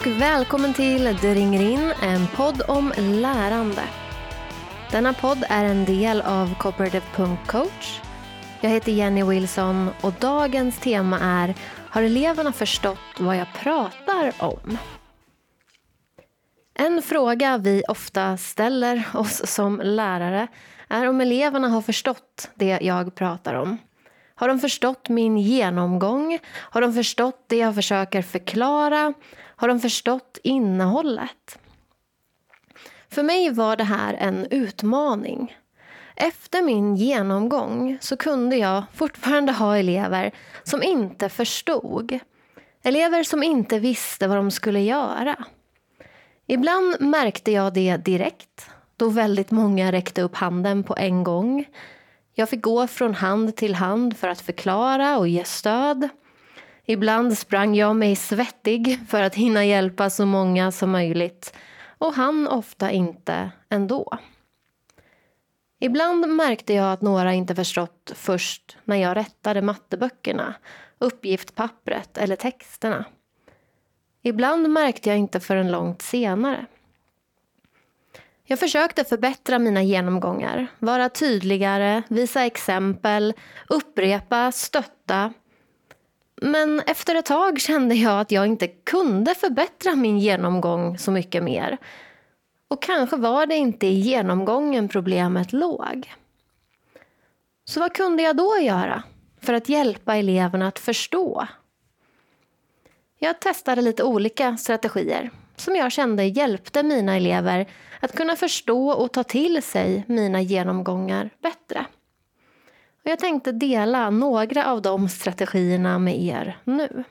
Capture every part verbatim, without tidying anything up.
och välkommen till Det ringer in, en podd om lärande. Denna podd är en del av Cooperative punkt coach. Jag heter Jenny Wilson och dagens tema är: har eleverna förstått vad jag pratar om? En fråga vi ofta ställer oss som lärare är om eleverna har förstått det jag pratar om. Har de förstått min genomgång? Har de förstått det jag försöker förklara? Har de förstått innehållet? För mig var det här en utmaning. Efter min genomgång så kunde jag fortfarande ha elever som inte förstod. Elever som inte visste vad de skulle göra. Ibland märkte jag det direkt, då väldigt många räckte upp handen på en gång. Jag fick gå från hand till hand för att förklara och ge stöd. Ibland sprang jag mig svettig för att hinna hjälpa så många som möjligt, och han ofta inte ändå. Ibland märkte jag att några inte förstått först när jag rättade matteböckerna, uppgiftspappret eller texterna. Ibland märkte jag inte förrän långt senare. Jag försökte förbättra mina genomgångar, vara tydligare, visa exempel, upprepa, stötta. Men efter ett tag kände jag att jag inte kunde förbättra min genomgång så mycket mer. Och kanske var det inte i genomgången problemet låg. Så vad kunde jag då göra för att hjälpa eleverna att förstå? Jag testade lite olika strategier som jag kände hjälpte mina elever att kunna förstå och ta till sig mina genomgångar bättre. Och jag tänkte dela några av de strategierna med er nu.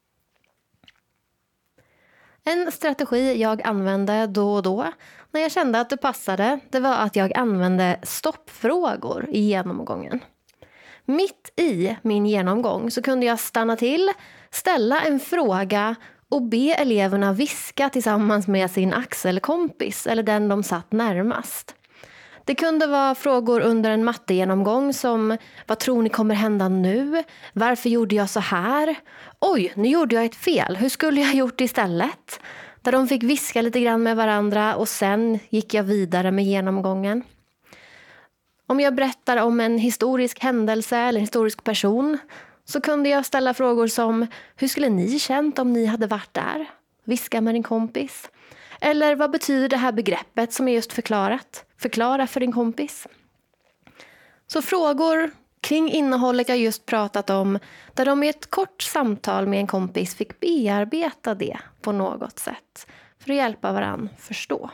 En strategi jag använde då och då när jag kände att det passade, det var att jag använde stoppfrågor i genomgången. Mitt i min genomgång så kunde jag stanna till, ställa en fråga och be eleverna viska tillsammans med sin axelkompis eller den de satt närmast. Det kunde vara frågor under en mattegenomgång som: vad tror ni kommer hända nu? Varför gjorde jag så här? Oj, nu gjorde jag ett fel. Hur skulle jag ha gjort istället? Där de fick viska lite grann med varandra och sen gick jag vidare med genomgången. Om jag berättar om en historisk händelse eller en historisk person så kunde jag ställa frågor som: hur skulle ni känt om ni hade varit där? Viska med din kompis. Eller vad betyder det här begreppet som jag just förklarat? Förklara för din kompis. Så frågor kring innehållet jag just pratat om, där de i ett kort samtal med en kompis fick bearbeta det på något sätt för att hjälpa varann förstå.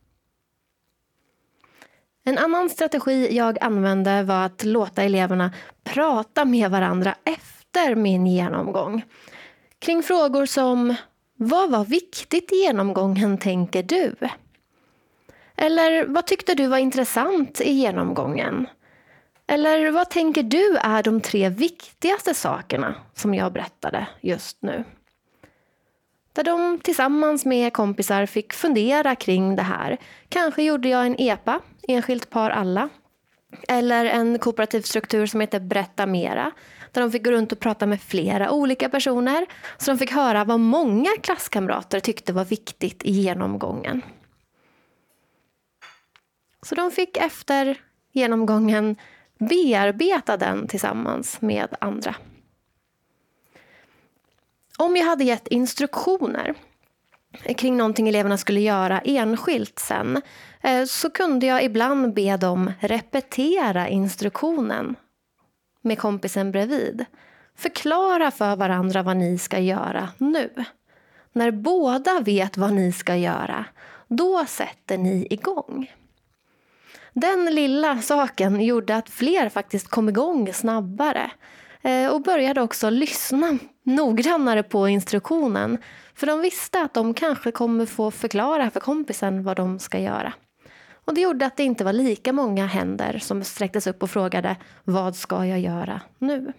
En annan strategi jag använde var att låta eleverna prata med varandra efter min genomgång. Kring frågor som: vad var viktigt i genomgången, tänker du? Eller vad tyckte du var intressant i genomgången? Eller vad tänker du är de tre viktigaste sakerna som jag berättade just nu? Där de tillsammans med kompisar fick fundera kring det här. Kanske gjorde jag en E P A, enskilt par alla. Eller en kooperativ struktur som heter Berätta Mera. Där de fick gå runt och prata med flera olika personer. Så de fick höra vad många klasskamrater tyckte var viktigt i genomgången. Så de fick efter genomgången bearbeta den tillsammans med andra. Om jag hade gett instruktioner kring någonting eleverna skulle göra enskilt sen, så kunde jag ibland be dem repetera instruktionen med kompisen bredvid. Förklara för varandra vad ni ska göra nu. När båda vet vad ni ska göra, då sätter ni igång. Den lilla saken gjorde att fler faktiskt kom igång snabbare och började också lyssna noggrannare på instruktionen, för de visste att de kanske kommer få förklara för kompisen vad de ska göra. Och det gjorde att det inte var lika många händer som sträcktes upp och frågade: vad ska jag göra nu?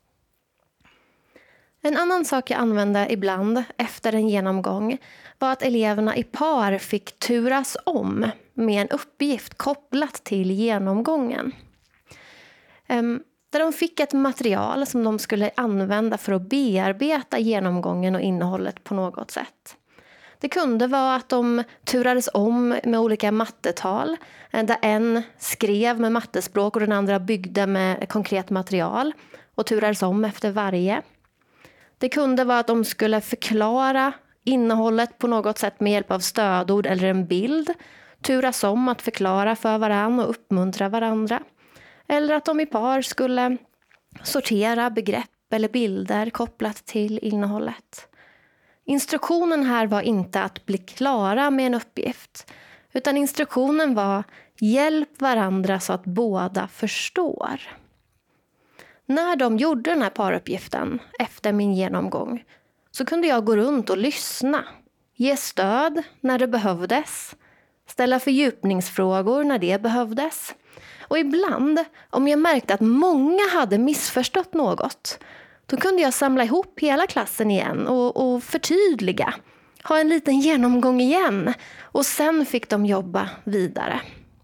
En annan sak jag använde ibland efter en genomgång var att eleverna i par fick turas om med en uppgift kopplat till genomgången. Där de fick ett material som de skulle använda för att bearbeta genomgången och innehållet på något sätt. Det kunde vara att de turades om med olika mattetal, där en skrev med mattespråk och den andra byggde med konkret material och turades om efter varje. Det kunde vara att de skulle förklara innehållet på något sätt med hjälp av stödord eller en bild, turas om att förklara för varandra och uppmuntra varandra. Eller att de i par skulle sortera begrepp eller bilder kopplat till innehållet. Instruktionen här var inte att bli klara med en uppgift, utan instruktionen var hjälp varandra så att båda förstår. När de gjorde den här paruppgiften efter min genomgång så kunde jag gå runt och lyssna, ge stöd när det behövdes, ställa fördjupningsfrågor när det behövdes. Och ibland, om jag märkte att många hade missförstått något, då kunde jag samla ihop hela klassen igen och, och förtydliga. Ha en liten genomgång igen och sen fick de jobba vidare.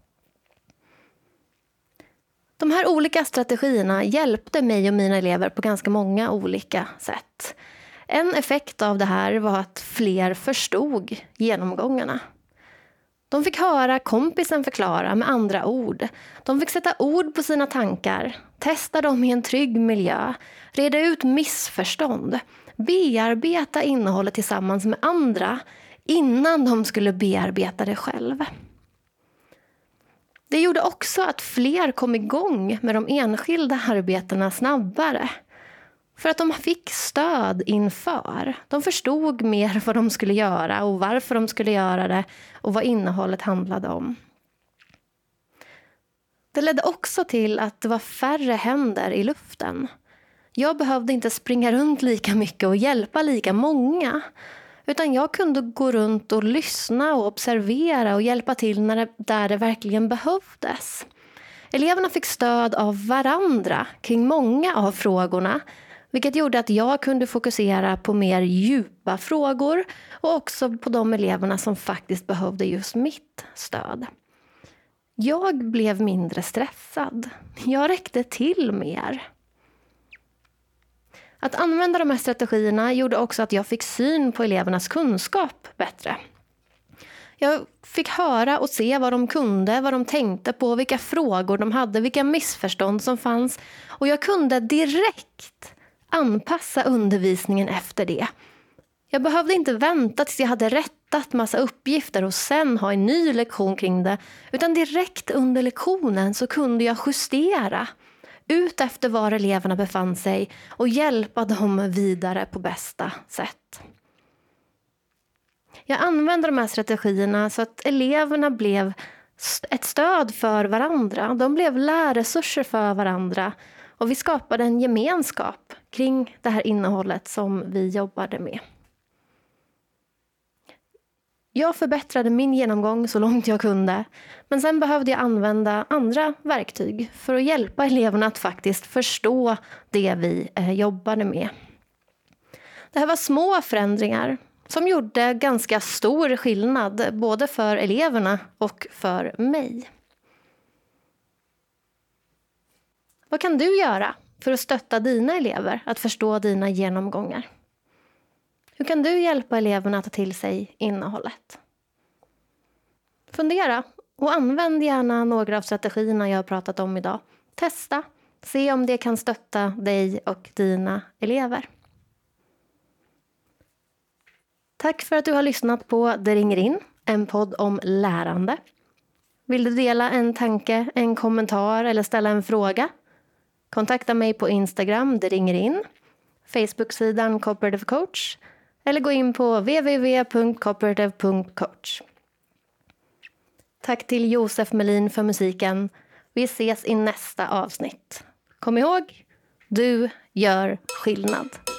De här olika strategierna hjälpte mig och mina elever på ganska många olika sätt. En effekt av det här var att fler förstod genomgångarna. De fick höra kompisen förklara med andra ord. De fick sätta ord på sina tankar, testa dem i en trygg miljö, reda ut missförstånd, bearbeta innehållet tillsammans med andra innan de skulle bearbeta det själv. Det gjorde också att fler kom igång med de enskilda arbetena snabbare. För att de fick stöd inför. De förstod mer vad de skulle göra och varför de skulle göra det och vad innehållet handlade om. Det ledde också till att det var färre händer i luften. Jag behövde inte springa runt lika mycket och hjälpa lika många. Utan jag kunde gå runt och lyssna och observera och hjälpa till när det, där det verkligen behövdes. Eleverna fick stöd av varandra kring många av frågorna, vilket gjorde att jag kunde fokusera på mer djupa frågor och också på de eleverna som faktiskt behövde just mitt stöd. Jag blev mindre stressad. Jag räckte till mer. Att använda de här strategierna gjorde också att jag fick syn på elevernas kunskap bättre. Jag fick höra och se vad de kunde, vad de tänkte på, vilka frågor de hade, vilka missförstånd som fanns. Och jag kunde direkt anpassa undervisningen efter det. Jag behövde inte vänta tills jag hade rättat massa uppgifter och sen ha en ny lektion kring det. Utan direkt under lektionen så kunde jag justera ut efter var eleverna befann sig och hjälpa dem vidare på bästa sätt. Jag använde de här strategierna så att eleverna blev ett stöd för varandra. De blev lärresurser för varandra och vi skapade en gemenskap kring det här innehållet som vi jobbade med. Jag förbättrade min genomgång så långt jag kunde, men sen behövde jag använda andra verktyg för att hjälpa eleverna att faktiskt förstå det vi eh, jobbade med. Det här var små förändringar som gjorde ganska stor skillnad både för eleverna och för mig. Vad kan du göra för att stötta dina elever att förstå dina genomgångar? Hur kan du hjälpa eleverna att ta till sig innehållet? Fundera och använd gärna några av strategierna jag har pratat om idag. Testa, se om det kan stötta dig och dina elever. Tack för att du har lyssnat på Det ringer in, en podd om lärande. Vill du dela en tanke, en kommentar eller ställa en fråga? Kontakta mig på Instagram, Det ringer in, Facebook-sidan Cooperative Coach eller gå in på w w w punkt cooperative punkt coach. Tack till Josef Melin för musiken. Vi ses i nästa avsnitt. Kom ihåg, du gör skillnad.